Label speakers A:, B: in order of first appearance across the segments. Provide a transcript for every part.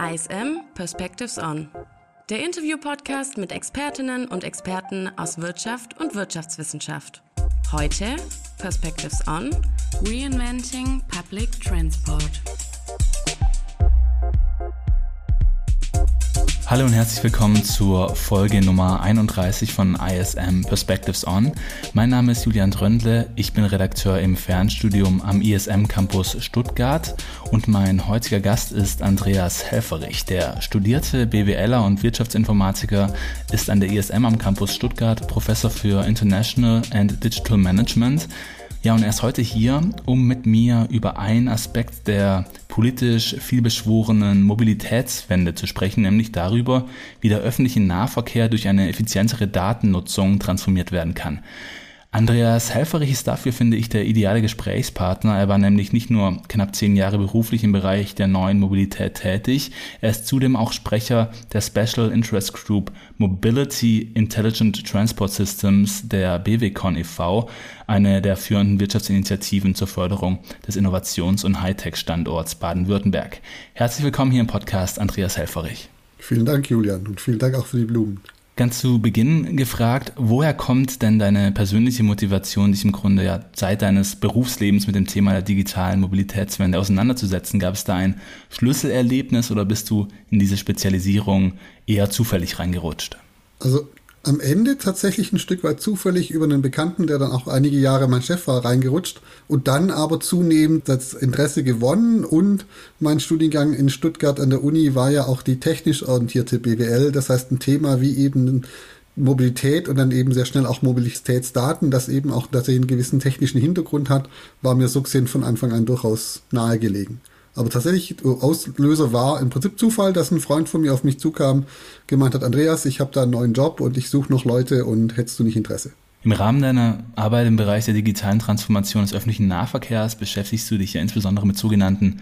A: ISM Perspectives On, der Interview-Podcast mit Expertinnen und Experten aus Wirtschaft und Wirtschaftswissenschaft. Heute Perspectives On, Reinventing Public Transport.
B: Hallo und herzlich willkommen zur Folge Nummer 31 von ISM Perspectives On. Mein Name ist Julian Tröndle, ich bin Redakteur im Fernstudium am ISM Campus Stuttgart und mein heutiger Gast ist Andreas Helfferich. Der studierte BWLer und Wirtschaftsinformatiker ist an der ISM am Campus Stuttgart Professor für International and Digital Management. Ja, und er ist heute hier, um mit mir über einen Aspekt der politisch vielbeschworenen Mobilitätswende zu sprechen, nämlich darüber, wie der öffentliche Nahverkehr durch eine effizientere Datennutzung transformiert werden kann. Andreas Helfferich ist dafür, finde ich, der ideale Gesprächspartner. Er war nämlich nicht nur knapp 10 Jahre beruflich im Bereich der neuen Mobilität tätig, er ist zudem auch Sprecher der Special Interest Group Mobility Intelligent Transport Systems der BWCon e.V., eine der führenden Wirtschaftsinitiativen zur Förderung des Innovations- und Hightech-Standorts Baden-Württemberg. Herzlich willkommen hier im Podcast, Andreas Helfferich.
C: Vielen Dank, Julian, und vielen Dank auch für die Blumen.
B: Ganz zu Beginn gefragt, woher kommt denn deine persönliche Motivation, dich im Grunde ja Zeit deines Berufslebens mit dem Thema der digitalen Mobilitätswende auseinanderzusetzen? Gab es da ein Schlüsselerlebnis oder bist du in diese Spezialisierung eher zufällig reingerutscht?
C: Also am Ende tatsächlich ein Stück weit zufällig über einen Bekannten, der dann auch einige Jahre mein Chef war, reingerutscht und dann aber zunehmend das Interesse gewonnen, und mein Studiengang in Stuttgart an der Uni war ja auch die technisch orientierte BWL, das heißt ein Thema wie eben Mobilität und dann eben sehr schnell auch Mobilitätsdaten, das eben auch tatsächlich einen gewissen technischen Hintergrund hat, war mir so gesehen von Anfang an durchaus nahegelegen. Aber tatsächlich, Auslöser war im Prinzip Zufall, dass ein Freund von mir auf mich zukam, gemeint hat, Andreas, ich habe da einen neuen Job und ich suche noch Leute und hättest du nicht Interesse?
B: Im Rahmen deiner Arbeit im Bereich der digitalen Transformation des öffentlichen Nahverkehrs beschäftigst du dich ja insbesondere mit sogenannten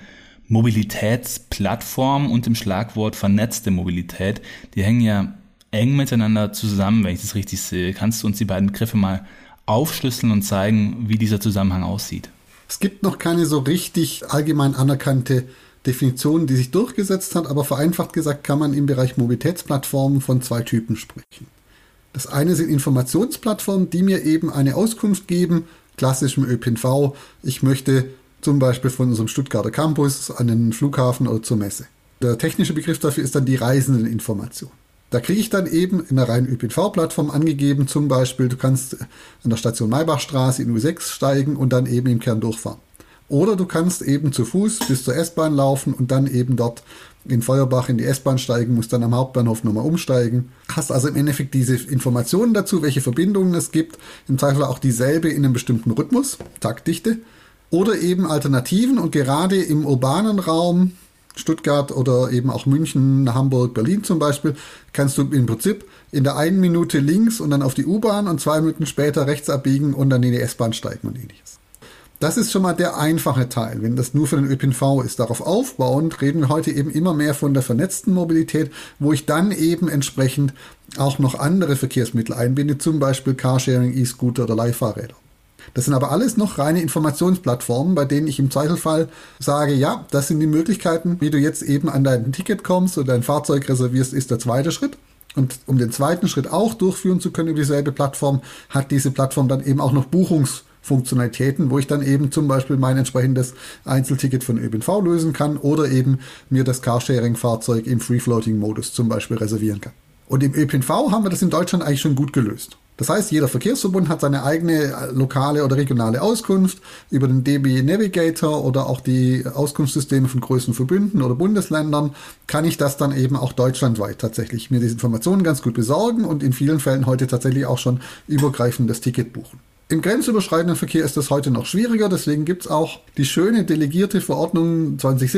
B: Mobilitätsplattformen und dem Schlagwort vernetzte Mobilität. Die hängen ja eng miteinander zusammen, wenn ich das richtig sehe. Kannst du uns die beiden Begriffe mal aufschlüsseln und zeigen, wie dieser Zusammenhang aussieht?
C: Es gibt noch keine so richtig allgemein anerkannte Definition, die sich durchgesetzt hat, aber vereinfacht gesagt kann man im Bereich Mobilitätsplattformen von 2 Typen sprechen. Das eine sind Informationsplattformen, die mir eben eine Auskunft geben, klassisch im ÖPNV. Ich möchte zum Beispiel von unserem Stuttgarter Campus an den Flughafen oder zur Messe. Der technische Begriff dafür ist dann die Reisendeninformation. Da kriege ich dann eben in einer reinen ÖPNV-Plattform angegeben, zum Beispiel, du kannst an der Station Maybachstraße in U6 steigen und dann eben im Kern durchfahren. Oder du kannst eben zu Fuß bis zur S-Bahn laufen und dann eben dort in Feuerbach in die S-Bahn steigen, musst dann am Hauptbahnhof nochmal umsteigen. Hast also im Endeffekt diese Informationen dazu, welche Verbindungen es gibt, im Zweifel auch dieselbe in einem bestimmten Rhythmus, Taktdichte. Oder eben Alternativen, und gerade im urbanen Raum, Stuttgart oder eben auch München, Hamburg, Berlin zum Beispiel, kannst du im Prinzip in der 1 Minute links und dann auf die U-Bahn und 2 Minuten später rechts abbiegen und dann in die S-Bahn steigen und ähnliches. Das ist schon mal der einfache Teil, wenn das nur für den ÖPNV ist. Darauf aufbauend reden wir heute eben immer mehr von der vernetzten Mobilität, wo ich dann eben entsprechend auch noch andere Verkehrsmittel einbinde, zum Beispiel Carsharing, E-Scooter oder Leihfahrräder. Das sind aber alles noch reine Informationsplattformen, bei denen ich im Zweifelsfall sage, ja, das sind die Möglichkeiten, wie du jetzt eben an dein Ticket kommst oder dein Fahrzeug reservierst, ist der zweite Schritt. Und um den zweiten Schritt auch durchführen zu können über dieselbe Plattform, hat diese Plattform dann eben auch noch Buchungsfunktionalitäten, wo ich dann eben zum Beispiel mein entsprechendes Einzelticket von ÖPNV lösen kann oder eben mir das Carsharing-Fahrzeug im Free-Floating-Modus zum Beispiel reservieren kann. Und im ÖPNV haben wir das in Deutschland eigentlich schon gut gelöst. Das heißt, jeder Verkehrsverbund hat seine eigene lokale oder regionale Auskunft über den DB Navigator oder auch die Auskunftssysteme von größeren Verbünden oder Bundesländern. Kann ich das dann eben auch deutschlandweit tatsächlich mir diese Informationen ganz gut besorgen und in vielen Fällen heute tatsächlich auch schon übergreifend das Ticket buchen. Im grenzüberschreitenden Verkehr ist das heute noch schwieriger, deswegen gibt es auch die schöne delegierte Verordnung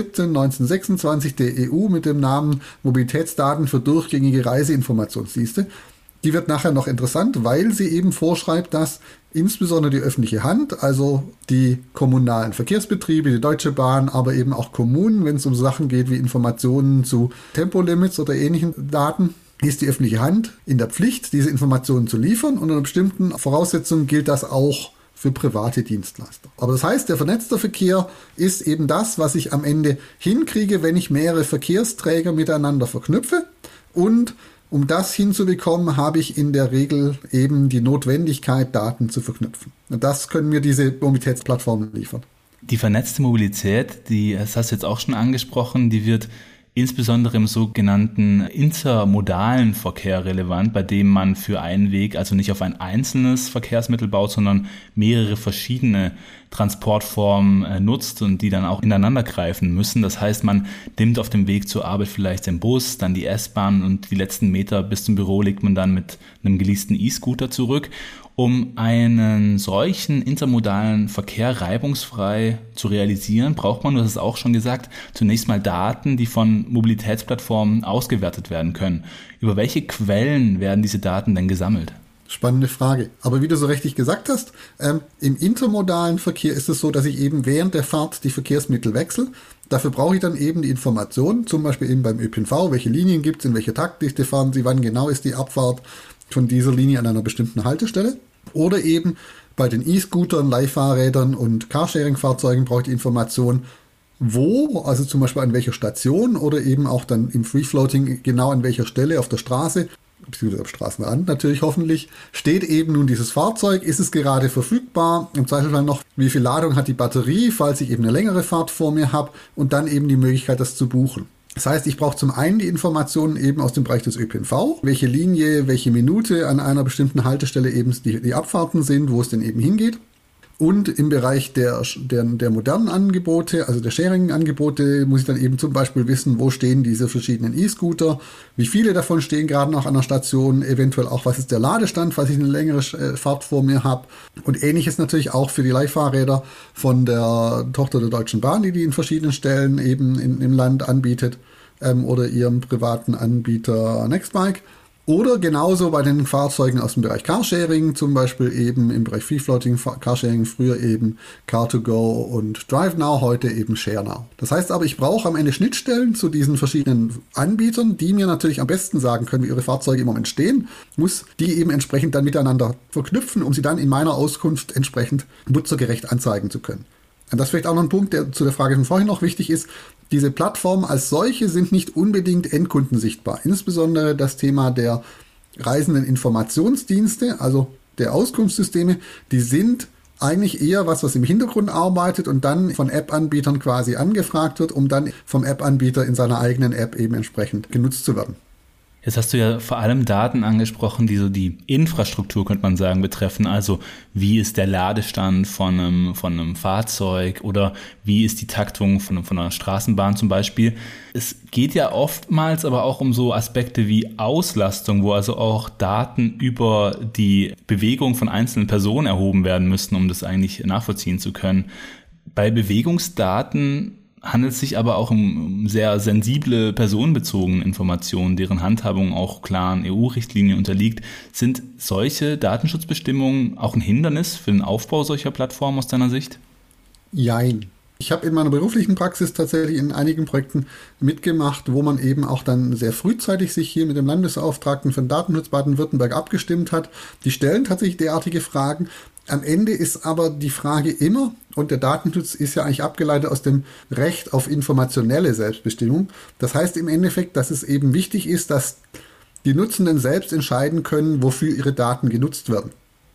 C: 2017-1926 der EU mit dem Namen Mobilitätsdaten für durchgängige Reiseinformationsdienste. Die wird nachher noch interessant, weil sie eben vorschreibt, dass insbesondere die öffentliche Hand, also die kommunalen Verkehrsbetriebe, die Deutsche Bahn, aber eben auch Kommunen, wenn es um Sachen geht wie Informationen zu Tempolimits oder ähnlichen Daten, ist die öffentliche Hand in der Pflicht, diese Informationen zu liefern, und unter bestimmten Voraussetzungen gilt das auch für private Dienstleister. Aber das heißt, der vernetzte Verkehr ist eben das, was ich am Ende hinkriege, wenn ich mehrere Verkehrsträger miteinander verknüpfe. Und um das hinzubekommen, habe ich in der Regel eben die Notwendigkeit, Daten zu verknüpfen. Und das können mir diese Mobilitätsplattformen liefern.
B: Die vernetzte Mobilität, das hast du jetzt auch schon angesprochen, die wird insbesondere im sogenannten intermodalen Verkehr relevant, bei dem man für einen Weg also nicht auf ein einzelnes Verkehrsmittel baut, sondern mehrere verschiedene Transportformen nutzt und die dann auch ineinander greifen müssen. Das heißt, man nimmt auf dem Weg zur Arbeit vielleicht den Bus, dann die S-Bahn und die letzten Meter bis zum Büro legt man dann mit einem geleasten E-Scooter zurück. Um einen solchen intermodalen Verkehr reibungsfrei zu realisieren, braucht man, du hast es auch schon gesagt, zunächst mal Daten, die von Mobilitätsplattformen ausgewertet werden können. Über welche Quellen werden diese Daten denn gesammelt?
C: Spannende Frage. Aber wie du so richtig gesagt hast, im intermodalen Verkehr ist es so, dass ich eben während der Fahrt die Verkehrsmittel wechsle. Dafür brauche ich dann eben die Informationen, zum Beispiel eben beim ÖPNV, welche Linien gibt es, in welcher Taktdichte fahren sie, wann genau ist die Abfahrt von dieser Linie an einer bestimmten Haltestelle. Oder eben bei den E-Scootern, Leihfahrrädern und Carsharing-Fahrzeugen brauche ich die Information, wo, also zum Beispiel an welcher Station oder eben auch dann im Free-Floating genau an welcher Stelle auf der Straße, beziehungsweise am Straßenrand natürlich hoffentlich, steht eben nun dieses Fahrzeug, ist es gerade verfügbar, im Zweifelsfall noch, wie viel Ladung hat die Batterie, falls ich eben eine längere Fahrt vor mir habe und dann eben die Möglichkeit, das zu buchen. Das heißt, ich brauche zum einen die Informationen eben aus dem Bereich des ÖPNV, welche Linie, welche Minute an einer bestimmten Haltestelle eben die Abfahrten sind, wo es denn eben hingeht. Und im Bereich der modernen Angebote, also der Sharing-Angebote, muss ich dann eben zum Beispiel wissen, wo stehen diese verschiedenen E-Scooter, wie viele davon stehen gerade noch an der Station, eventuell auch, was ist der Ladestand, falls ich eine längere Fahrt vor mir habe. Und ähnliches natürlich auch für die Leihfahrräder von der Tochter der Deutschen Bahn, die in verschiedenen Stellen eben im Land anbietet, oder ihrem privaten Anbieter Nextbike. Oder genauso bei den Fahrzeugen aus dem Bereich Carsharing, zum Beispiel eben im Bereich Free-Floating Carsharing, früher eben Car2Go und DriveNow, heute eben ShareNow. Das heißt aber, ich brauche am Ende Schnittstellen zu diesen verschiedenen Anbietern, die mir natürlich am besten sagen können, wie ihre Fahrzeuge im Moment stehen, muss die eben entsprechend dann miteinander verknüpfen, um sie dann in meiner Auskunft entsprechend nutzergerecht anzeigen zu können. Und das ist vielleicht auch noch ein Punkt, der zu der Frage von vorhin noch wichtig ist. Diese Plattformen als solche sind nicht unbedingt endkundensichtbar. Insbesondere das Thema der reisenden Informationsdienste, also der Auskunftssysteme, die sind eigentlich eher was im Hintergrund arbeitet und dann von App-Anbietern quasi angefragt wird, um dann vom App-Anbieter in seiner eigenen App eben entsprechend genutzt zu werden.
B: Jetzt hast du ja vor allem Daten angesprochen, die so die Infrastruktur, könnte man sagen, betreffen. Also wie ist der Ladestand von einem Fahrzeug oder wie ist die Taktung von einer Straßenbahn zum Beispiel. Es geht ja oftmals aber auch um so Aspekte wie Auslastung, wo also auch Daten über die Bewegung von einzelnen Personen erhoben werden müssen, um das eigentlich nachvollziehen zu können. Bei Bewegungsdaten handelt es sich aber auch um sehr sensible personenbezogene Informationen, deren Handhabung auch klaren EU-Richtlinien unterliegt. Sind solche Datenschutzbestimmungen auch ein Hindernis für den Aufbau solcher Plattformen aus deiner Sicht?
C: Jein. Ich habe in meiner beruflichen Praxis tatsächlich in einigen Projekten mitgemacht, wo man eben auch dann sehr frühzeitig sich hier mit dem Landesbeauftragten für den Datenschutz Baden-Württemberg abgestimmt hat. Die stellen tatsächlich derartige Fragen. Am Ende ist aber die Frage immer, und der Datenschutz ist ja eigentlich abgeleitet aus dem Recht auf informationelle Selbstbestimmung. Das heißt im Endeffekt, dass es eben wichtig ist, dass die Nutzenden selbst entscheiden können, wofür ihre Daten genutzt werden.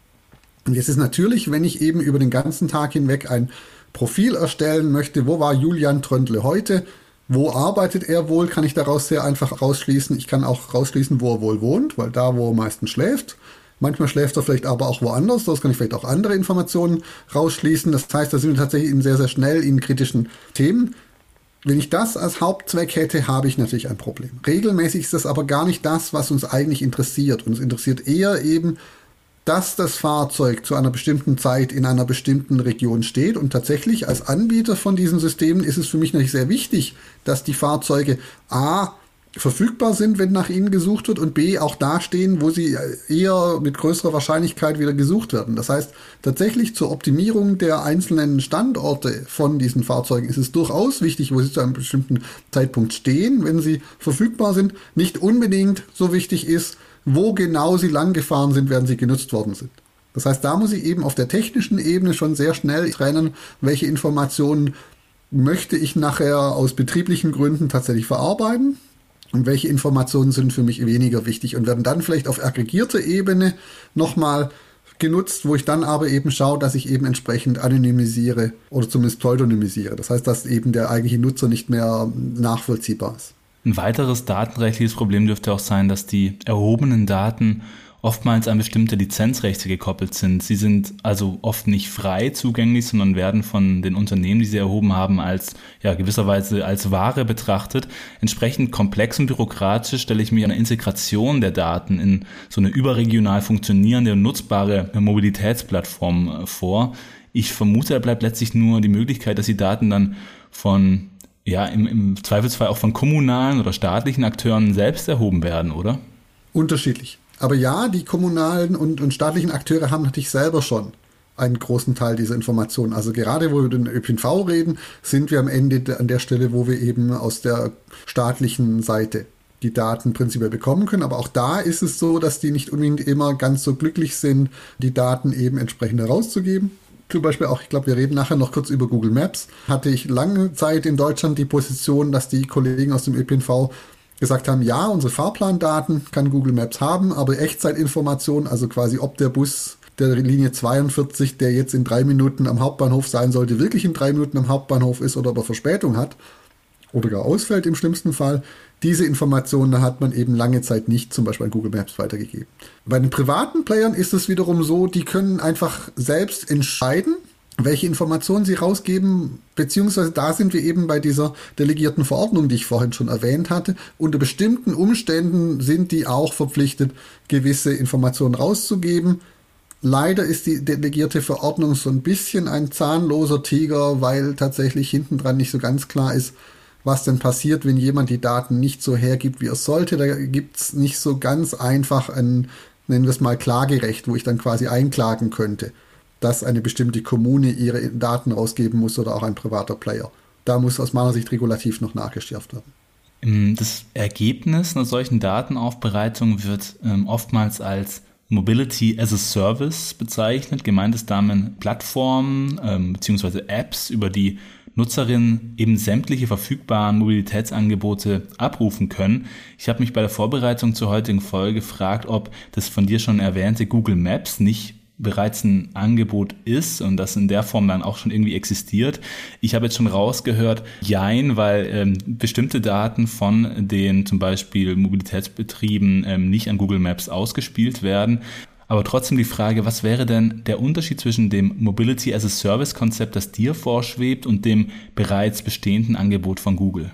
C: Und jetzt ist natürlich, wenn ich eben über den ganzen Tag hinweg ein Profil erstellen möchte, wo war Julian Tröndle heute, wo arbeitet er wohl, kann ich daraus sehr einfach rausschließen. Ich kann auch rausschließen, wo er wohl wohnt, weil da, wo er meistens schläft. Manchmal schläft er vielleicht aber auch woanders, daraus kann ich vielleicht auch andere Informationen rausschließen. Das heißt, da sind wir tatsächlich sehr, sehr schnell in kritischen Themen. Wenn ich das als Hauptzweck hätte, habe ich natürlich ein Problem. Regelmäßig ist das aber gar nicht das, was uns eigentlich interessiert. Uns interessiert eher eben, dass das Fahrzeug zu einer bestimmten Zeit in einer bestimmten Region steht. Und tatsächlich als Anbieter von diesen Systemen ist es für mich natürlich sehr wichtig, dass die Fahrzeuge A verfügbar sind, wenn nach ihnen gesucht wird, und B auch dastehen, wo sie eher mit größerer Wahrscheinlichkeit wieder gesucht werden. Das heißt, tatsächlich zur Optimierung der einzelnen Standorte von diesen Fahrzeugen ist es durchaus wichtig, wo sie zu einem bestimmten Zeitpunkt stehen, wenn sie verfügbar sind. Nicht unbedingt so wichtig ist, wo genau sie lang gefahren sind, während sie genutzt worden sind. Das heißt, da muss ich eben auf der technischen Ebene schon sehr schnell trennen, welche Informationen möchte ich nachher aus betrieblichen Gründen tatsächlich verarbeiten und welche Informationen sind für mich weniger wichtig und werden dann vielleicht auf aggregierter Ebene nochmal genutzt, wo ich dann aber eben schaue, dass ich eben entsprechend anonymisiere oder zumindest pseudonymisiere. Das heißt, dass eben der eigentliche Nutzer nicht mehr nachvollziehbar ist.
B: Ein weiteres datenrechtliches Problem dürfte auch sein, dass die erhobenen Daten oftmals an bestimmte Lizenzrechte gekoppelt sind. Sie sind also oft nicht frei zugänglich, sondern werden von den Unternehmen, die sie erhoben haben, als gewisserweise als Ware betrachtet. Entsprechend komplex und bürokratisch stelle ich mir eine Integration der Daten in so eine überregional funktionierende und nutzbare Mobilitätsplattform vor. Ich vermute, da bleibt letztlich nur die Möglichkeit, dass die Daten dann von im Zweifelsfall auch von kommunalen oder staatlichen Akteuren selbst erhoben werden, oder?
C: Unterschiedlich. Aber ja, die kommunalen und staatlichen Akteure haben natürlich selber schon einen großen Teil dieser Informationen. Also gerade, wo wir über den ÖPNV reden, sind wir am Ende an der Stelle, wo wir eben aus der staatlichen Seite die Daten prinzipiell bekommen können. Aber auch da ist es so, dass die nicht unbedingt immer ganz so glücklich sind, die Daten eben entsprechend herauszugeben. Zum Beispiel auch, ich glaube, wir reden nachher noch kurz über Google Maps. Hatte ich lange Zeit in Deutschland die Position, dass die Kollegen aus dem ÖPNV gesagt haben, ja, unsere Fahrplandaten kann Google Maps haben, aber Echtzeitinformationen, also quasi ob der Bus der Linie 42, der jetzt in 3 Minuten am Hauptbahnhof sein sollte, wirklich in 3 Minuten am Hauptbahnhof ist oder ob er Verspätung hat oder gar ausfällt im schlimmsten Fall. Diese Informationen hat man eben lange Zeit nicht zum Beispiel an Google Maps weitergegeben. Bei den privaten Playern ist es wiederum so, die können einfach selbst entscheiden, welche Informationen sie rausgeben, beziehungsweise da sind wir eben bei dieser delegierten Verordnung, die ich vorhin schon erwähnt hatte. Unter bestimmten Umständen sind die auch verpflichtet, gewisse Informationen rauszugeben. Leider ist die delegierte Verordnung so ein bisschen ein zahnloser Tiger, weil tatsächlich hintendran nicht so ganz klar ist, was denn passiert, wenn jemand die Daten nicht so hergibt, wie er sollte. Da gibt es nicht so ganz einfach ein, nennen wir es mal, Klagerecht, wo ich dann quasi einklagen könnte, dass eine bestimmte Kommune ihre Daten rausgeben muss oder auch ein privater Player. Da muss aus meiner Sicht regulativ noch nachgeschärft werden.
B: Das Ergebnis einer solchen Datenaufbereitung wird oftmals als Mobility as a Service bezeichnet. Gemeint ist damit Plattformen bzw. Apps, über die Nutzerinnen eben sämtliche verfügbaren Mobilitätsangebote abrufen können. Ich habe mich bei der Vorbereitung zur heutigen Folge gefragt, ob das von dir schon erwähnte Google Maps nicht bereits ein Angebot ist und das in der Form dann auch schon irgendwie existiert. Ich habe jetzt schon rausgehört, jein, weil bestimmte Daten von den zum Beispiel Mobilitätsbetrieben nicht an Google Maps ausgespielt werden. Aber trotzdem die Frage, was wäre denn der Unterschied zwischen dem Mobility as a Service Konzept, das dir vorschwebt, und dem bereits bestehenden Angebot von Google?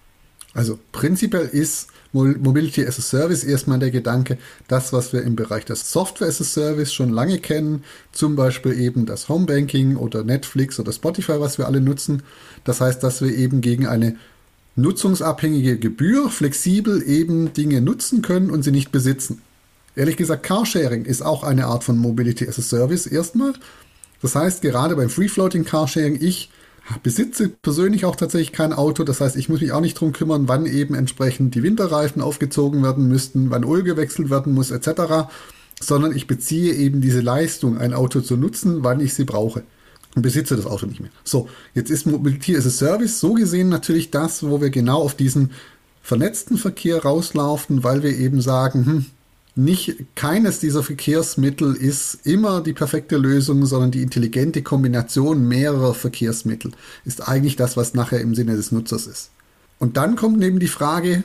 C: Also prinzipiell ist Mobility as a Service erstmal der Gedanke, das, was wir im Bereich des Software as a Service schon lange kennen, zum Beispiel eben das Homebanking oder Netflix oder Spotify, was wir alle nutzen. Das heißt, dass wir eben gegen eine nutzungsabhängige Gebühr flexibel eben Dinge nutzen können und sie nicht besitzen. Ehrlich gesagt, Carsharing ist auch eine Art von Mobility as a Service erstmal. Das heißt, gerade beim Free-Floating Carsharing, ich besitze persönlich auch tatsächlich kein Auto. Das heißt, ich muss mich auch nicht drum kümmern, wann eben entsprechend die Winterreifen aufgezogen werden müssten, wann Öl gewechselt werden muss etc., sondern ich beziehe eben diese Leistung, ein Auto zu nutzen, wann ich sie brauche. Und besitze das Auto nicht mehr. So, jetzt ist Mobility as a Service so gesehen natürlich das, wo wir genau auf diesen vernetzten Verkehr rauslaufen, weil wir eben sagen, keines dieser Verkehrsmittel ist immer die perfekte Lösung, sondern die intelligente Kombination mehrerer Verkehrsmittel ist eigentlich das, was nachher im Sinne des Nutzers ist. Und dann kommt eben die Frage,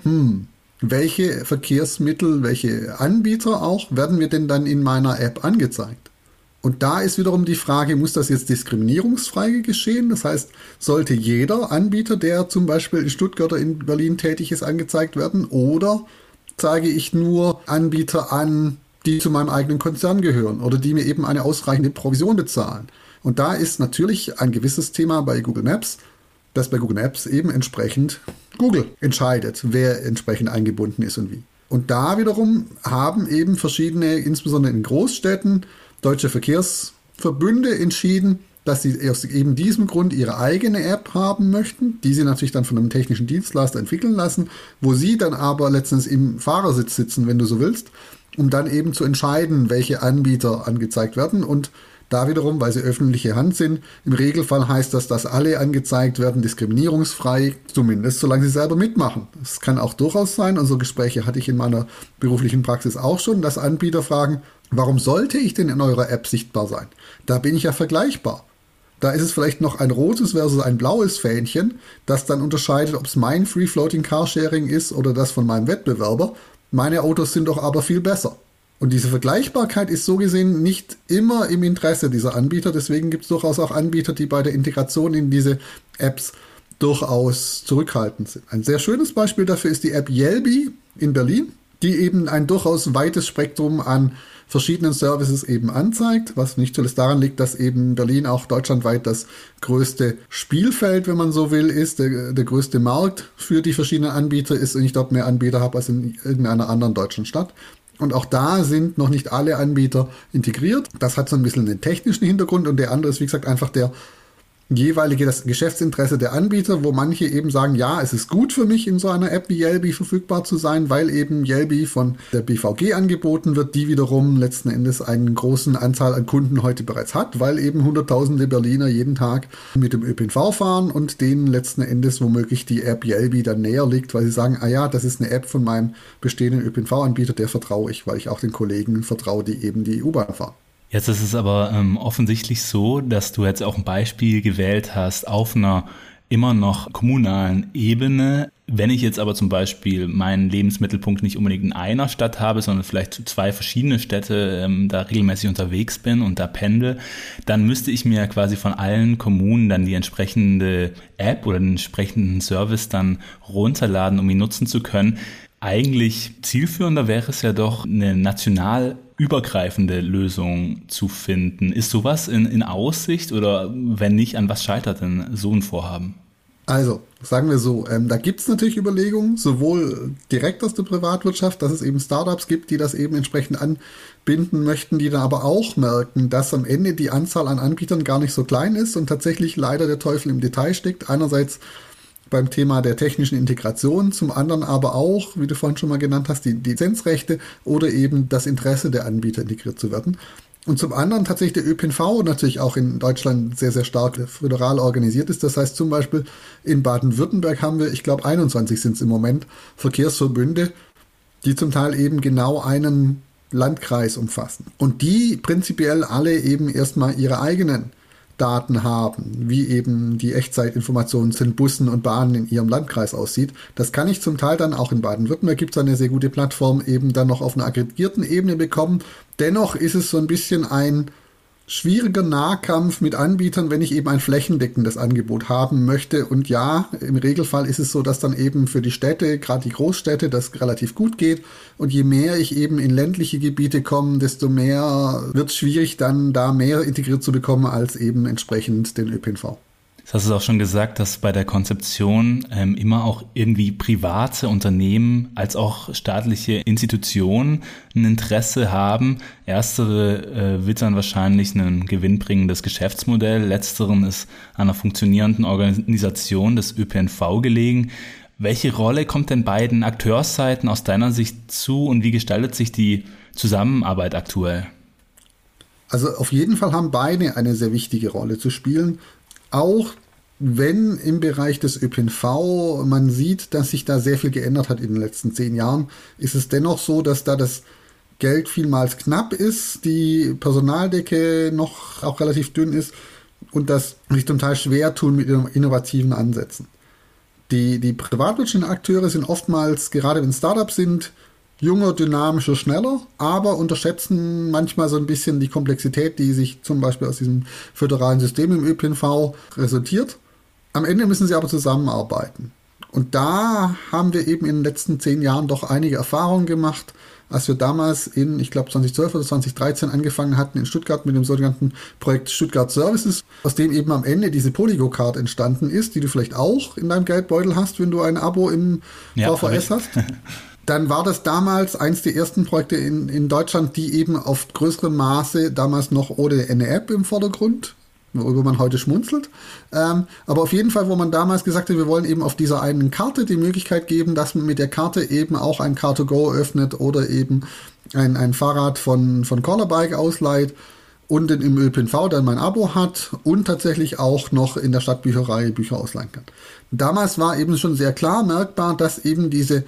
C: welche Verkehrsmittel, welche Anbieter auch, werden mir denn dann in meiner App angezeigt? Und da ist wiederum die Frage, muss das jetzt diskriminierungsfrei geschehen? Das heißt, sollte jeder Anbieter, der zum Beispiel in Stuttgart oder in Berlin tätig ist, angezeigt werden? Oder zeige ich nur Anbieter an, die zu meinem eigenen Konzern gehören oder die mir eben eine ausreichende Provision bezahlen? Und da ist natürlich ein gewisses Thema bei Google Maps, dass bei Google Maps eben entsprechend Google entscheidet, wer entsprechend eingebunden ist und wie. Und da wiederum haben eben verschiedene, insbesondere in Großstädten, deutsche Verkehrsverbünde entschieden, dass sie aus eben diesem Grund ihre eigene App haben möchten, die sie natürlich dann von einem technischen Dienstleister entwickeln lassen, wo sie dann aber letztens im Fahrersitz sitzen, wenn du so willst, um dann eben zu entscheiden, welche Anbieter angezeigt werden. Und da wiederum, weil sie öffentliche Hand sind, im Regelfall heißt das, dass alle angezeigt werden, diskriminierungsfrei, zumindest solange sie selber mitmachen. Es kann auch durchaus sein, und so Gespräche hatte ich in meiner beruflichen Praxis auch schon, dass Anbieter fragen, warum sollte ich denn in eurer App sichtbar sein? Da bin ich ja vergleichbar. Da ist es vielleicht noch ein rotes versus ein blaues Fähnchen, das dann unterscheidet, ob es mein Free-Floating Carsharing ist oder das von meinem Wettbewerber. Meine Autos sind doch aber viel besser. Und diese Vergleichbarkeit ist so gesehen nicht immer im Interesse dieser Anbieter. Deswegen gibt es durchaus auch Anbieter, die bei der Integration in diese Apps durchaus zurückhaltend sind. Ein sehr schönes Beispiel dafür ist die App Yelby in Berlin, die eben ein durchaus weites Spektrum an verschiedenen Services eben anzeigt, was nicht zuletzt daran liegt, dass eben Berlin auch deutschlandweit das größte Spielfeld, wenn man so will, ist, der größte Markt für die verschiedenen Anbieter ist und ich dort mehr Anbieter habe als in irgendeiner anderen deutschen Stadt. Und auch da sind noch nicht alle Anbieter integriert. Das hat so ein bisschen einen technischen Hintergrund und der andere ist, wie gesagt, einfach das Geschäftsinteresse der Anbieter, wo manche eben sagen, ja, es ist gut für mich, in so einer App wie Yelby verfügbar zu sein, weil eben Yelby von der BVG angeboten wird, die wiederum letzten Endes einen großen Anzahl an Kunden heute bereits hat, weil eben hunderttausende Berliner jeden Tag mit dem ÖPNV fahren und denen letzten Endes womöglich die App Yelby dann näher liegt, weil sie sagen, ah ja, das ist eine App von meinem bestehenden ÖPNV-Anbieter, der vertraue ich, weil ich auch den Kollegen vertraue, die eben die U-Bahn fahren.
B: Jetzt ist es aber offensichtlich so, dass du jetzt auch ein Beispiel gewählt hast auf einer immer noch kommunalen Ebene. Wenn ich jetzt aber zum Beispiel meinen Lebensmittelpunkt nicht unbedingt in einer Stadt habe, sondern vielleicht zwei verschiedene Städte da regelmäßig unterwegs bin und da pendel, dann müsste ich mir quasi von allen Kommunen dann die entsprechende App oder den entsprechenden Service dann runterladen, um ihn nutzen zu können. Eigentlich zielführender wäre es ja doch, eine national übergreifende Lösung zu finden. Ist sowas in Aussicht oder wenn nicht, an was scheitert denn so ein Vorhaben?
C: Also, sagen wir so, da gibt es natürlich Überlegungen, sowohl direkt aus der Privatwirtschaft, dass es eben Startups gibt, die das eben entsprechend anbinden möchten, die dann aber auch merken, dass am Ende die Anzahl an Anbietern gar nicht so klein ist und tatsächlich leider der Teufel im Detail steckt. Einerseits beim Thema der technischen Integration, zum anderen aber auch, wie du vorhin schon mal genannt hast, die Lizenzrechte oder eben das Interesse der Anbieter integriert zu werden. Und zum anderen tatsächlich der ÖPNV natürlich auch in Deutschland sehr, sehr stark föderal organisiert ist. Das heißt zum Beispiel in Baden-Württemberg haben wir, ich glaube 21 sind es im Moment, Verkehrsverbünde, die zum Teil eben genau einen Landkreis umfassen. Und die prinzipiell alle eben erstmal ihre eigenen Daten haben, wie eben die Echtzeitinformationen zu den Bussen und Bahnen in ihrem Landkreis aussieht. Das kann ich zum Teil dann auch in Baden-Württemberg, gibt es eine sehr gute Plattform, eben dann noch auf einer aggregierten Ebene bekommen. Dennoch ist es so ein bisschen ein schwieriger Nahkampf mit Anbietern, wenn ich eben ein flächendeckendes Angebot haben möchte. Und ja, im Regelfall ist es so, dass dann eben für die Städte, gerade die Großstädte, das relativ gut geht. Und je mehr ich eben in ländliche Gebiete komme, desto mehr wird es schwierig, dann da mehr integriert zu bekommen als eben entsprechend den ÖPNV.
B: Das hast du auch schon gesagt, dass bei der Konzeption immer auch irgendwie private Unternehmen als auch staatliche Institutionen ein Interesse haben. Erstere wittern wahrscheinlich ein gewinnbringendes Geschäftsmodell. Letzteren ist einer funktionierenden Organisation des ÖPNV gelegen. Welche Rolle kommt denn beiden Akteursseiten aus deiner Sicht zu und wie gestaltet sich die Zusammenarbeit aktuell?
C: Also auf jeden Fall haben beide eine sehr wichtige Rolle zu spielen. Auch wenn im Bereich des ÖPNV man sieht, dass sich da sehr viel geändert hat in den letzten 10 Jahren, ist es dennoch so, dass da das Geld vielmals knapp ist, die Personaldecke noch auch relativ dünn ist und das sich zum Teil schwer tun mit innovativen Ansätzen. Die privatwirtschaftlichen Akteure sind oftmals, gerade wenn Startups sind, junger, dynamischer, schneller, aber unterschätzen manchmal so ein bisschen die Komplexität, die sich zum Beispiel aus diesem föderalen System im ÖPNV resultiert. Am Ende müssen sie aber zusammenarbeiten. Und da haben wir eben in den letzten 10 Jahren doch einige Erfahrungen gemacht, als wir damals in, ich glaube 2012 oder 2013 angefangen hatten in Stuttgart mit dem sogenannten Projekt Stuttgart Services, aus dem eben am Ende diese Polygo-Card entstanden ist, die du vielleicht auch in deinem Geldbeutel hast, wenn du ein Abo im VVS hast. Dann war das damals eins der ersten Projekte in Deutschland, die eben auf größerem Maße damals noch ohne eine App im Vordergrund worüber man heute schmunzelt. Aber auf jeden Fall, wo man damals gesagt hat, wir wollen eben auf dieser einen Karte die Möglichkeit geben, dass man mit der Karte eben auch ein Car2Go öffnet oder eben ein Fahrrad von Collerbike ausleiht und im ÖPNV dann mein Abo hat und tatsächlich auch noch in der Stadtbücherei Bücher ausleihen kann. Damals war eben schon sehr klar merkbar, dass eben diese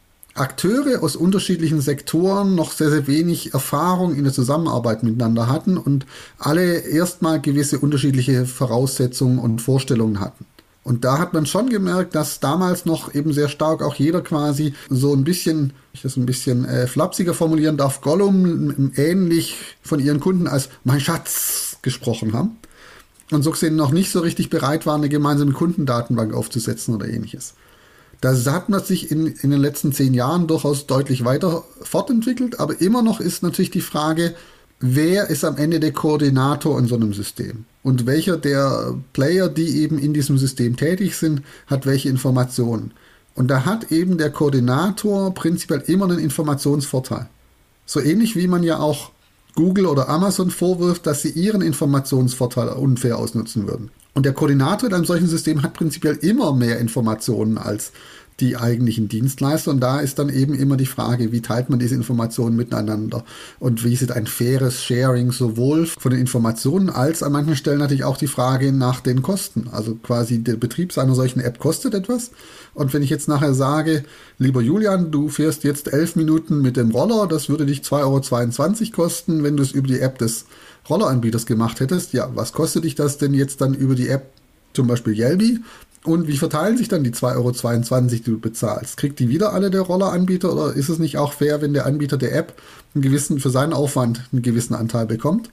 C: Akteure aus unterschiedlichen Sektoren noch sehr, sehr wenig Erfahrung in der Zusammenarbeit miteinander hatten und alle erstmal gewisse unterschiedliche Voraussetzungen und Vorstellungen hatten. Und da hat man schon gemerkt, dass damals noch eben sehr stark auch jeder quasi so ein bisschen, ich das ein bisschen flapsiger formulieren darf, Gollum ähnlich von ihren Kunden als mein Schatz gesprochen haben. Und so gesehen noch nicht so richtig bereit waren, eine gemeinsame Kundendatenbank aufzusetzen oder ähnliches. Da hat man sich in den letzten 10 Jahren durchaus deutlich weiter fortentwickelt, aber immer noch ist natürlich die Frage, wer ist am Ende der Koordinator in so einem System? Und welcher der Player, die eben in diesem System tätig sind, hat welche Informationen? Und da hat eben der Koordinator prinzipiell immer einen Informationsvorteil. So ähnlich wie man ja auch Google oder Amazon vorwirft, dass sie ihren Informationsvorteil unfair ausnutzen würden. Und der Koordinator in einem solchen System hat prinzipiell immer mehr Informationen als die eigentlichen Dienstleister. Und da ist dann eben immer die Frage, wie teilt man diese Informationen miteinander und wie ist ein faires Sharing sowohl von den Informationen als an manchen Stellen natürlich auch die Frage nach den Kosten. Also quasi der Betrieb einer solchen App kostet etwas. Und wenn ich jetzt nachher sage, lieber Julian, du fährst jetzt 11 Minuten mit dem Roller, das würde dich 2,22 € kosten, wenn du es über die App des Rolleranbieters gemacht hättest. Ja, was kostet dich das denn jetzt dann über die App, zum Beispiel Yelby? Und wie verteilen sich dann die 2,22 €, die du bezahlst? Kriegt die wieder alle der Rolleranbieter oder ist es nicht auch fair, wenn der Anbieter der App für seinen Aufwand einen gewissen Anteil bekommt?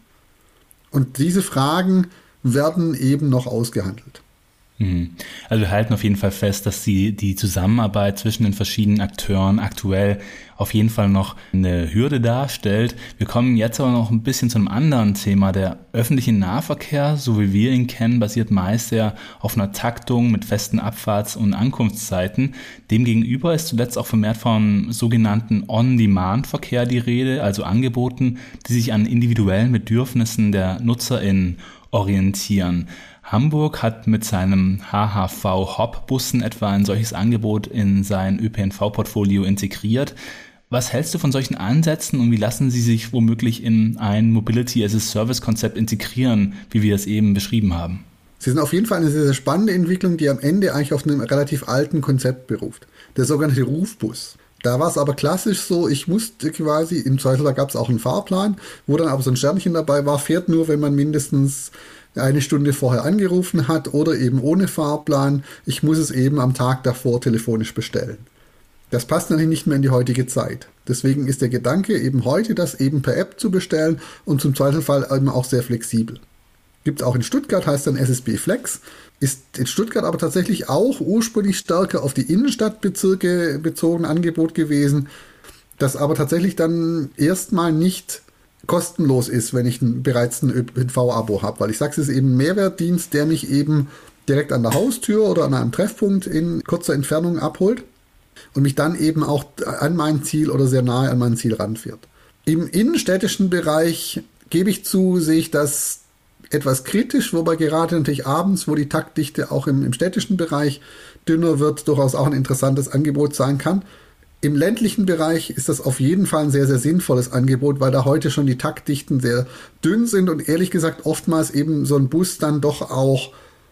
C: Und diese Fragen werden eben noch ausgehandelt.
B: Also wir halten auf jeden Fall fest, dass die Zusammenarbeit zwischen den verschiedenen Akteuren aktuell auf jeden Fall noch eine Hürde darstellt. Wir kommen jetzt aber noch ein bisschen zu einem anderen Thema. Der öffentliche Nahverkehr, so wie wir ihn kennen, basiert meist ja auf einer Taktung mit festen Abfahrts- und Ankunftszeiten. Demgegenüber ist zuletzt auch vermehrt vom sogenannten On-Demand-Verkehr die Rede, also Angeboten, die sich an individuellen Bedürfnissen der NutzerInnen orientieren. Hamburg hat mit seinem HHV-Hop-Bussen etwa ein solches Angebot in sein ÖPNV-Portfolio integriert. Was hältst du von solchen Ansätzen und wie lassen sie sich womöglich in ein Mobility-as-a-Service-Konzept integrieren, wie wir es eben beschrieben haben?
C: Sie sind auf jeden Fall eine sehr, sehr spannende Entwicklung, die am Ende eigentlich auf einem relativ alten Konzept beruft. Der sogenannte Rufbus. Da war es aber klassisch so, ich musste quasi, im Zweifel gab es auch einen Fahrplan, wo dann aber so ein Sternchen dabei war, fährt nur, wenn man mindestens eine Stunde vorher angerufen hat oder eben ohne Fahrplan. Ich muss es eben am Tag davor telefonisch bestellen. Das passt natürlich nicht mehr in die heutige Zeit. Deswegen ist der Gedanke eben heute, das eben per App zu bestellen und zum Zweifelfall eben auch sehr flexibel. Gibt es auch in Stuttgart, heißt dann SSB Flex. Ist in Stuttgart aber tatsächlich auch ursprünglich stärker auf die Innenstadtbezirke bezogen Angebot gewesen, das aber tatsächlich dann erstmal nicht kostenlos ist, wenn ich bereits ein ÖPNV-Abo habe, weil ich sage, es ist eben ein Mehrwertdienst, der mich eben direkt an der Haustür oder an einem Treffpunkt in kurzer Entfernung abholt und mich dann eben auch an mein Ziel oder sehr nahe an mein Ziel ranführt. Im innenstädtischen Bereich, gebe ich zu, sehe ich das etwas kritisch, wobei gerade natürlich abends, wo die Taktdichte auch im städtischen Bereich dünner wird, durchaus auch ein interessantes Angebot sein kann. Im ländlichen Bereich ist das auf jeden Fall ein sehr, sehr sinnvolles Angebot, weil da heute schon die Taktdichten sehr dünn sind und ehrlich gesagt oftmals eben so ein Bus dann doch auch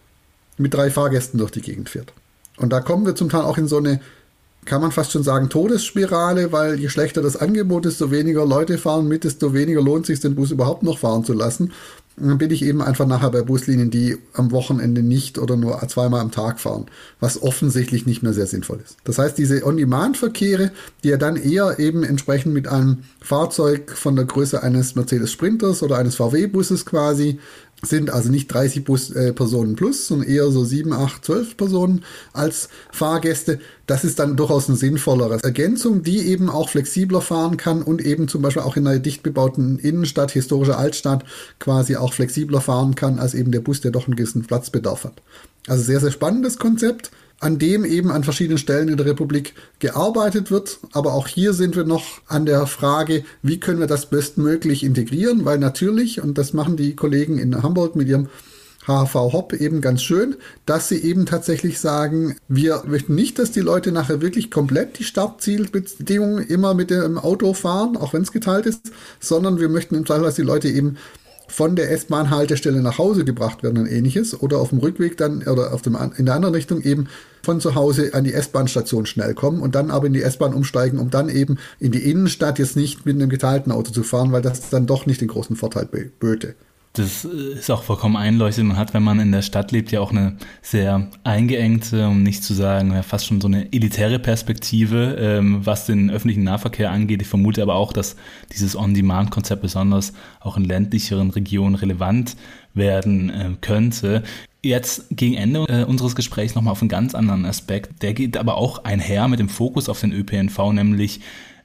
C: mit 3 Fahrgästen durch die Gegend fährt. Und da kommen wir zum Teil auch in so eine, kann man fast schon sagen, Todesspirale, weil je schlechter das Angebot ist, desto weniger Leute fahren mit, desto weniger lohnt es sich, den Bus überhaupt noch fahren zu lassen. Und dann bin ich eben einfach nachher bei Buslinien, die am Wochenende nicht oder nur 2-mal am Tag fahren, was offensichtlich nicht mehr sehr sinnvoll ist. Das heißt, diese On-Demand-Verkehre, die ja dann eher eben entsprechend mit einem Fahrzeug von der Größe eines Mercedes Sprinters oder eines VW-Busses quasi sind, also nicht 30 Personen plus, sondern eher so 7, 8, 12 Personen als Fahrgäste. Das ist dann durchaus eine sinnvollere Ergänzung, die eben auch flexibler fahren kann und eben zum Beispiel auch in einer dicht bebauten Innenstadt, historischer Altstadt, quasi auch flexibler fahren kann als eben der Bus, der doch einen gewissen Platzbedarf hat. Also sehr, sehr spannendes Konzept, an dem eben an verschiedenen Stellen in der Republik gearbeitet wird. Aber auch hier sind wir noch an der Frage, wie können wir das bestmöglich integrieren, weil natürlich, und das machen die Kollegen in Hamburg mit ihrem HHV Hop eben ganz schön, dass sie eben tatsächlich sagen, wir möchten nicht, dass die Leute nachher wirklich komplett die Startzielbedingungen immer mit dem Auto fahren, auch wenn es geteilt ist, sondern wir möchten im Zweifel, dass die Leute eben von der S-Bahn-Haltestelle nach Hause gebracht werden und ähnliches oder auf dem Rückweg dann oder in der anderen Richtung eben von zu Hause an die S-Bahn-Station schnell kommen und dann aber in die S-Bahn umsteigen, um dann eben in die Innenstadt jetzt nicht mit einem geteilten Auto zu fahren, weil das dann doch nicht den großen Vorteil böte.
B: Das ist auch vollkommen einleuchtend. Man hat, wenn man in der Stadt lebt, ja auch eine sehr eingeengte, um nicht zu sagen, ja, fast schon so eine elitäre Perspektive, was den öffentlichen Nahverkehr angeht. Ich vermute aber auch, dass dieses On-Demand-Konzept besonders auch in ländlicheren Regionen relevant werden könnte. Jetzt gegen Ende unseres Gesprächs nochmal auf einen ganz anderen Aspekt. Der geht aber auch einher mit dem Fokus auf den ÖPNV, nämlich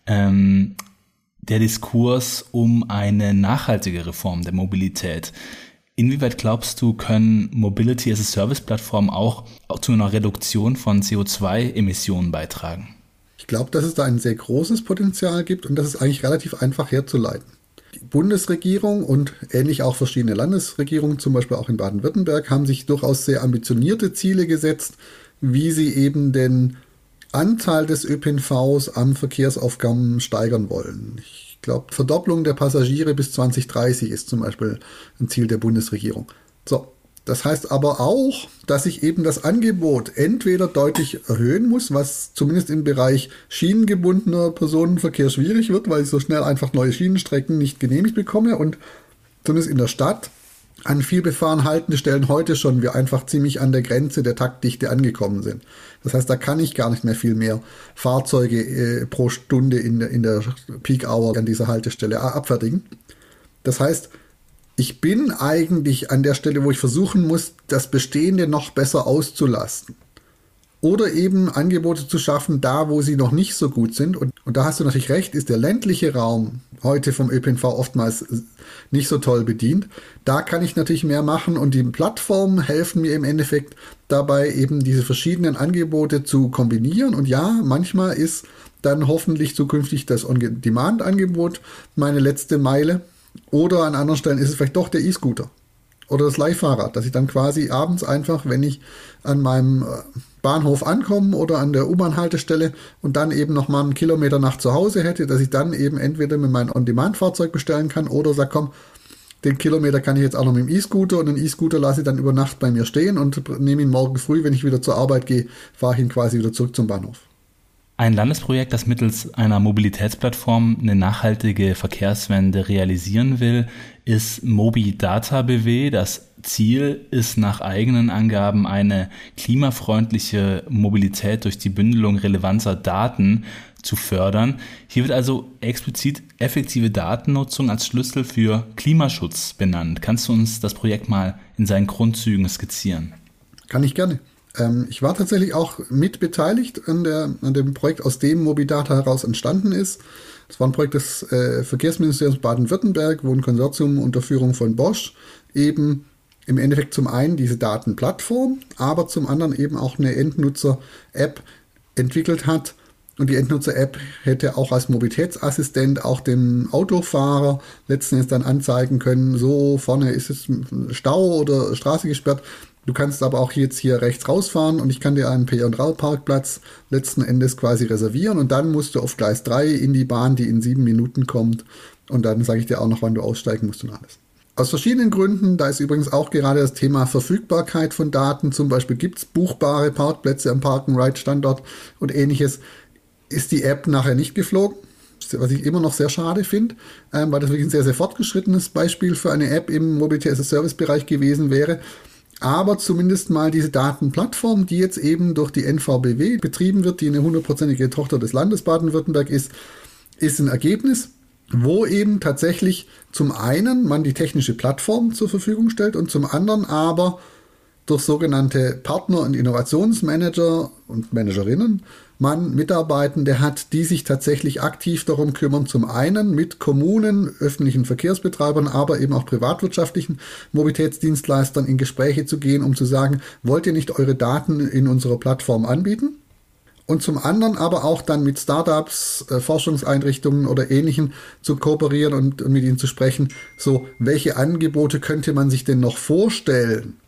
B: der Diskurs um eine nachhaltige Reform der Mobilität. Inwieweit glaubst du, können Mobility-as-a-Service-Plattformen auch zu einer Reduktion von CO2-Emissionen beitragen?
C: Ich glaube, dass es da ein sehr großes Potenzial gibt und das ist eigentlich relativ einfach herzuleiten. Die Bundesregierung und ähnlich auch verschiedene Landesregierungen, zum Beispiel auch in Baden-Württemberg, haben sich durchaus sehr ambitionierte Ziele gesetzt, wie sie eben den Anteil des ÖPNVs am Verkehrsaufkommen steigern wollen. Ich glaube, Verdopplung der Passagiere bis 2030 ist zum Beispiel ein Ziel der Bundesregierung. So, das heißt aber auch, dass ich eben das Angebot entweder deutlich erhöhen muss, was zumindest im Bereich schienengebundener Personenverkehr schwierig wird, weil ich so schnell einfach neue Schienenstrecken nicht genehmigt bekomme und zumindest in der Stadt an vielbefahren Haltestellen heute schon wir einfach ziemlich an der Grenze der Taktdichte angekommen sind. Das heißt, da kann ich gar nicht mehr viel mehr Fahrzeuge pro Stunde in der Peak Hour an dieser Haltestelle abfertigen. Das heißt, ich bin eigentlich an der Stelle, wo ich versuchen muss, das Bestehende noch besser auszulasten. Oder eben Angebote zu schaffen, da wo sie noch nicht so gut sind. Und da hast du natürlich recht, ist der ländliche Raum heute vom ÖPNV oftmals nicht so toll bedient. Da kann ich natürlich mehr machen und die Plattformen helfen mir im Endeffekt dabei, eben diese verschiedenen Angebote zu kombinieren. Und ja, manchmal ist dann hoffentlich zukünftig das On-Demand-Angebot meine letzte Meile. Oder an anderen Stellen ist es vielleicht doch der E-Scooter oder das Leihfahrrad, dass ich dann quasi abends einfach, wenn ich an meinem Bahnhof ankomme oder an der U-Bahn-Haltestelle und dann eben nochmal einen Kilometer nach zu Hause hätte, dass ich dann eben entweder mit meinem On-Demand-Fahrzeug bestellen kann oder sage, komm, den Kilometer kann ich jetzt auch noch mit dem E-Scooter und den E-Scooter lasse ich dann über Nacht bei mir stehen und nehme ihn morgen früh, wenn ich wieder zur Arbeit gehe, fahre ich ihn quasi wieder zurück zum Bahnhof.
B: Ein Landesprojekt, das mittels einer Mobilitätsplattform eine nachhaltige Verkehrswende realisieren will, ist Mobidata BW. Das Ziel ist nach eigenen Angaben eine klimafreundliche Mobilität durch die Bündelung relevanter Daten zu fördern. Hier wird also explizit effektive Datennutzung als Schlüssel für Klimaschutz benannt. Kannst du uns das Projekt mal in seinen Grundzügen skizzieren?
C: Kann ich gerne. Ich war tatsächlich auch mit beteiligt an dem Projekt, aus dem Mobidata heraus entstanden ist. Das war ein Projekt des Verkehrsministeriums Baden-Württemberg, wo ein Konsortium unter Führung von Bosch eben im Endeffekt zum einen diese Datenplattform, aber zum anderen eben auch eine Endnutzer-App entwickelt hat. Und die Endnutzer-App hätte auch als Mobilitätsassistent auch dem Autofahrer letzten Endes dann anzeigen können, so vorne ist es ein Stau oder Straße gesperrt. Du kannst aber auch jetzt hier rechts rausfahren und ich kann dir einen P&R-Parkplatz letzten Endes quasi reservieren und dann musst du auf Gleis 3 in die Bahn, die in 7 Minuten kommt und dann sage ich dir auch noch, wann du aussteigen musst und alles. Aus verschiedenen Gründen, da ist übrigens auch gerade das Thema Verfügbarkeit von Daten, zum Beispiel gibt es buchbare Parkplätze am Park-and-Ride-Standort und ähnliches, ist die App nachher nicht geflogen, was ich immer noch sehr schade finde, weil das wirklich ein sehr, sehr fortgeschrittenes Beispiel für eine App im Mobility-as-a-Service-Bereich gewesen wäre. Aber zumindest mal diese Datenplattform, die jetzt eben durch die NVBW betrieben wird, die eine 100%ige Tochter des Landes Baden-Württemberg ist ein Ergebnis, wo eben tatsächlich zum einen man die technische Plattform zur Verfügung stellt und zum anderen aber durch sogenannte Partner- und Innovationsmanager und Managerinnen man Mitarbeitende hat, die sich tatsächlich aktiv darum kümmern, zum einen mit Kommunen, öffentlichen Verkehrsbetreibern, aber eben auch privatwirtschaftlichen Mobilitätsdienstleistern in Gespräche zu gehen, um zu sagen, wollt ihr nicht eure Daten in unserer Plattform anbieten? Und zum anderen aber auch dann mit Startups, Forschungseinrichtungen oder Ähnlichem zu kooperieren und mit ihnen zu sprechen, so welche Angebote könnte man sich denn noch vorstellen,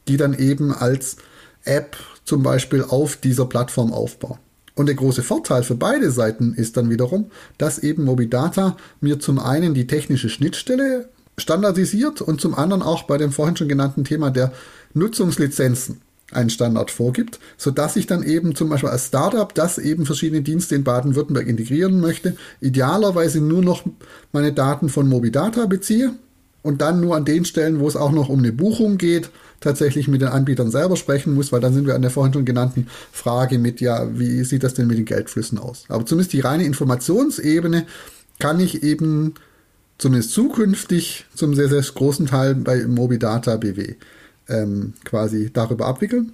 C: die dann eben als App zum Beispiel auf dieser Plattform aufbauen. Und der große Vorteil für beide Seiten ist dann wiederum, dass eben Mobidata mir zum einen die technische Schnittstelle standardisiert und zum anderen auch bei dem vorhin schon genannten Thema der Nutzungslizenzen einen Standard vorgibt, sodass ich dann eben zum Beispiel als Startup, das eben verschiedene Dienste in Baden-Württemberg integrieren möchte, idealerweise nur noch meine Daten von Mobidata beziehe und dann nur an den Stellen, wo es auch noch um eine Buchung geht, tatsächlich mit den Anbietern selber sprechen muss, weil dann sind wir an der vorhin schon genannten Frage mit, ja, wie sieht das denn mit den Geldflüssen aus? Aber zumindest die reine Informationsebene kann ich eben zumindest zukünftig zum sehr, sehr großen Teil bei Mobidata BW quasi darüber abwickeln.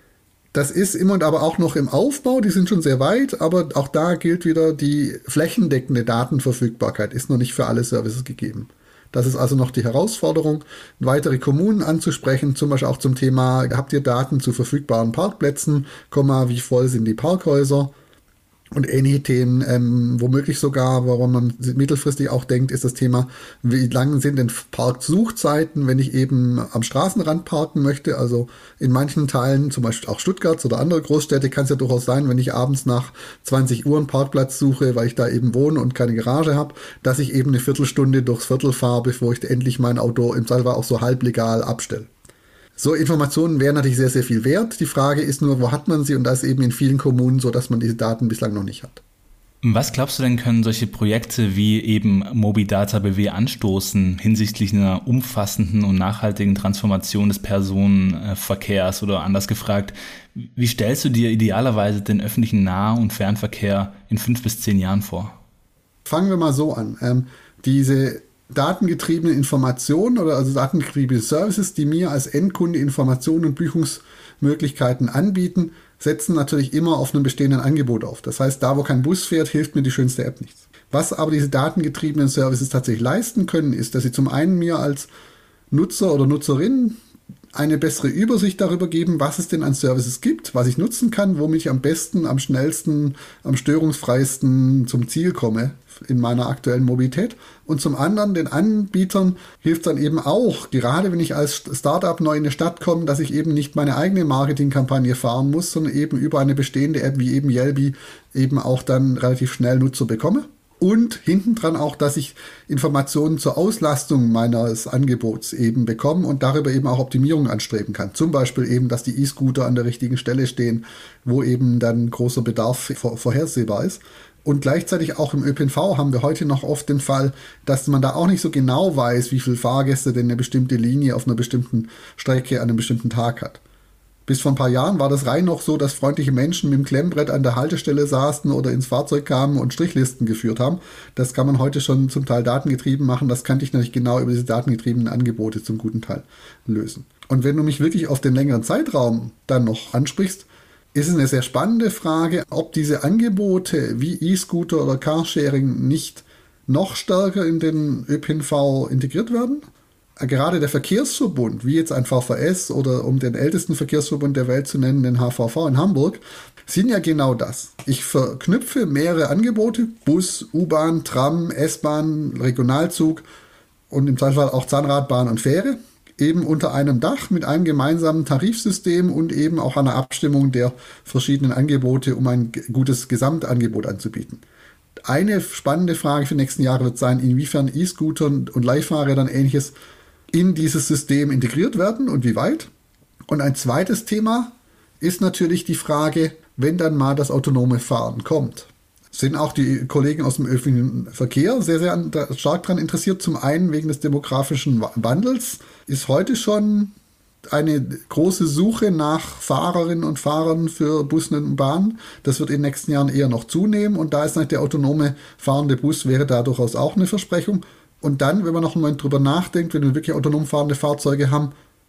C: Das ist immer und aber auch noch im Aufbau, die sind schon sehr weit, aber auch da gilt wieder, die flächendeckende Datenverfügbarkeit ist noch nicht für alle Services gegeben. Das ist also noch die Herausforderung, weitere Kommunen anzusprechen, zum Beispiel auch zum Thema, habt ihr Daten zu verfügbaren Parkplätzen, wie voll sind die Parkhäuser? Und ähnliche Themen, womöglich sogar, warum man mittelfristig auch denkt, ist das Thema, wie lang sind denn Parksuchzeiten, wenn ich eben am Straßenrand parken möchte. Also in manchen Teilen, zum Beispiel auch Stuttgart oder andere Großstädte, kann es ja durchaus sein, wenn ich abends nach 20 Uhr einen Parkplatz suche, weil ich da eben wohne und keine Garage habe, dass ich eben eine Viertelstunde durchs Viertel fahre, bevor ich endlich mein Auto im Zweifel auch so halblegal abstelle. So Informationen wären natürlich sehr, sehr viel wert. Die Frage ist nur, wo hat man sie? Und das ist eben in vielen Kommunen so, dass man diese Daten bislang noch nicht hat.
B: Was glaubst du denn, können solche Projekte wie eben Mobidata BW anstoßen hinsichtlich einer umfassenden und nachhaltigen Transformation des Personenverkehrs? Oder anders gefragt, wie stellst du dir idealerweise den öffentlichen Nah- und Fernverkehr in 5 bis 10 Jahren vor?
C: Fangen wir mal so an. Diese datengetriebene Informationen oder also datengetriebene Services, die mir als Endkunde Informationen und Buchungsmöglichkeiten anbieten, setzen natürlich immer auf einem bestehenden Angebot auf. Das heißt, da wo kein Bus fährt, hilft mir die schönste App nichts. Was aber diese datengetriebenen Services tatsächlich leisten können, ist, dass sie zum einen mir als Nutzer oder Nutzerin eine bessere Übersicht darüber geben, was es denn an Services gibt, was ich nutzen kann, womit ich am besten, am schnellsten, am störungsfreisten zum Ziel komme in meiner aktuellen Mobilität. Und zum anderen den Anbietern hilft dann eben auch, gerade wenn ich als Startup neu in eine Stadt komme, dass ich eben nicht meine eigene Marketingkampagne fahren muss, sondern eben über eine bestehende App wie eben Yelby eben auch dann relativ schnell Nutzer bekomme. Und hintendran auch, dass ich Informationen zur Auslastung meines Angebots eben bekomme und darüber eben auch Optimierungen anstreben kann. Zum Beispiel eben, dass die E-Scooter an der richtigen Stelle stehen, wo eben dann großer Bedarf vorhersehbar ist. Und gleichzeitig auch im ÖPNV haben wir heute noch oft den Fall, dass man da auch nicht so genau weiß, wie viele Fahrgäste denn eine bestimmte Linie auf einer bestimmten Strecke an einem bestimmten Tag hat. Bis vor ein paar Jahren war das rein noch so, dass freundliche Menschen mit dem Klemmbrett an der Haltestelle saßen oder ins Fahrzeug kamen und Strichlisten geführt haben. Das kann man heute schon zum Teil datengetrieben machen. Das kann ich natürlich genau über diese datengetriebenen Angebote zum guten Teil lösen. Und wenn du mich wirklich auf den längeren Zeitraum dann noch ansprichst, ist es eine sehr spannende Frage, ob diese Angebote wie E-Scooter oder Carsharing nicht noch stärker in den ÖPNV integriert werden. Gerade der Verkehrsverbund, wie jetzt ein VVS oder um den ältesten Verkehrsverbund der Welt zu nennen, den HVV in Hamburg, sind ja genau das. Ich verknüpfe mehrere Angebote, Bus, U-Bahn, Tram, S-Bahn, Regionalzug und im Zweifelsfall auch Zahnradbahn und Fähre, eben unter einem Dach mit einem gemeinsamen Tarifsystem und eben auch einer Abstimmung der verschiedenen Angebote, um ein gutes Gesamtangebot anzubieten. Eine spannende Frage für die nächsten Jahre wird sein, inwiefern E-Scooter und Leihfahrräder und Ähnliches in dieses System integriert werden und wie weit. Und ein zweites Thema ist natürlich die Frage, wenn dann mal das autonome Fahren kommt. Sind auch die Kollegen aus dem öffentlichen Verkehr sehr, sehr stark daran interessiert. Zum einen wegen des demografischen Wandels ist heute schon eine große Suche nach Fahrerinnen und Fahrern für Bussen und Bahnen. Das wird in den nächsten Jahren eher noch zunehmen. Und da ist der autonome fahrende Bus wäre da durchaus auch eine Versprechung. Und dann, wenn man noch einmal drüber nachdenkt, wenn wir wirklich autonom fahrende Fahrzeuge haben,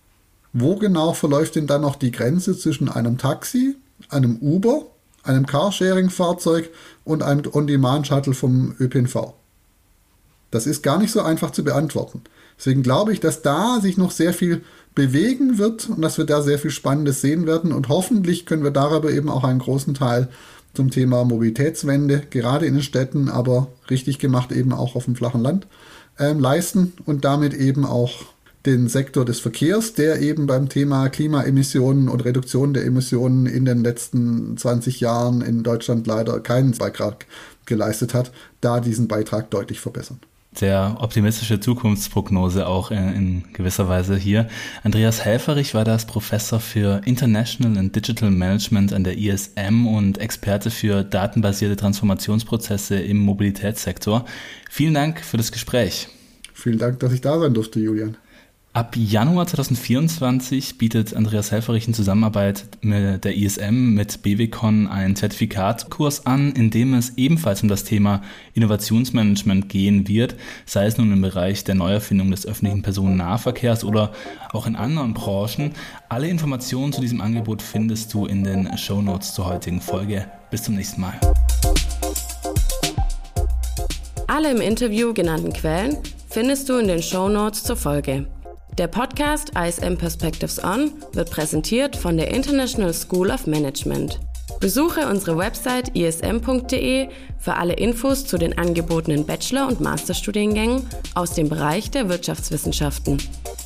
C: wo genau verläuft denn dann noch die Grenze zwischen einem Taxi, einem Uber, einem Carsharing-Fahrzeug und einem On-Demand-Shuttle vom ÖPNV? Das ist gar nicht so einfach zu beantworten. Deswegen glaube ich, dass da sich noch sehr viel bewegen wird und dass wir da sehr viel Spannendes sehen werden. Und hoffentlich können wir darüber eben auch einen großen Teil zum Thema Mobilitätswende, gerade in den Städten, aber richtig gemacht eben auch auf dem flachen Land, leisten und damit eben auch den Sektor des Verkehrs, der eben beim Thema Klimaemissionen und Reduktion der Emissionen in den letzten 20 Jahren in Deutschland leider keinen Beitrag geleistet hat, da diesen Beitrag deutlich verbessern.
B: Sehr optimistische Zukunftsprognose auch in gewisser Weise hier. Andreas Helfferich war das Professor für International and Digital Management an der ISM und Experte für datenbasierte Transformationsprozesse im Mobilitätssektor. Vielen Dank für das Gespräch.
C: Vielen Dank, dass ich da sein durfte, Julian.
B: Ab Januar 2024 bietet Andreas Helfferich in Zusammenarbeit mit der ISM mit BWCon einen Zertifikatkurs an, in dem es ebenfalls um das Thema Innovationsmanagement gehen wird, sei es nun im Bereich der Neuerfindung des öffentlichen Personennahverkehrs oder auch in anderen Branchen. Alle Informationen zu diesem Angebot findest du in den Shownotes zur heutigen Folge. Bis zum nächsten Mal.
A: Alle im Interview genannten Quellen findest du in den Shownotes zur Folge. Der Podcast ISM Perspectives On wird präsentiert von der International School of Management. Besuche unsere Website ism.de für alle Infos zu den angebotenen Bachelor- und Masterstudiengängen aus dem Bereich der Wirtschaftswissenschaften.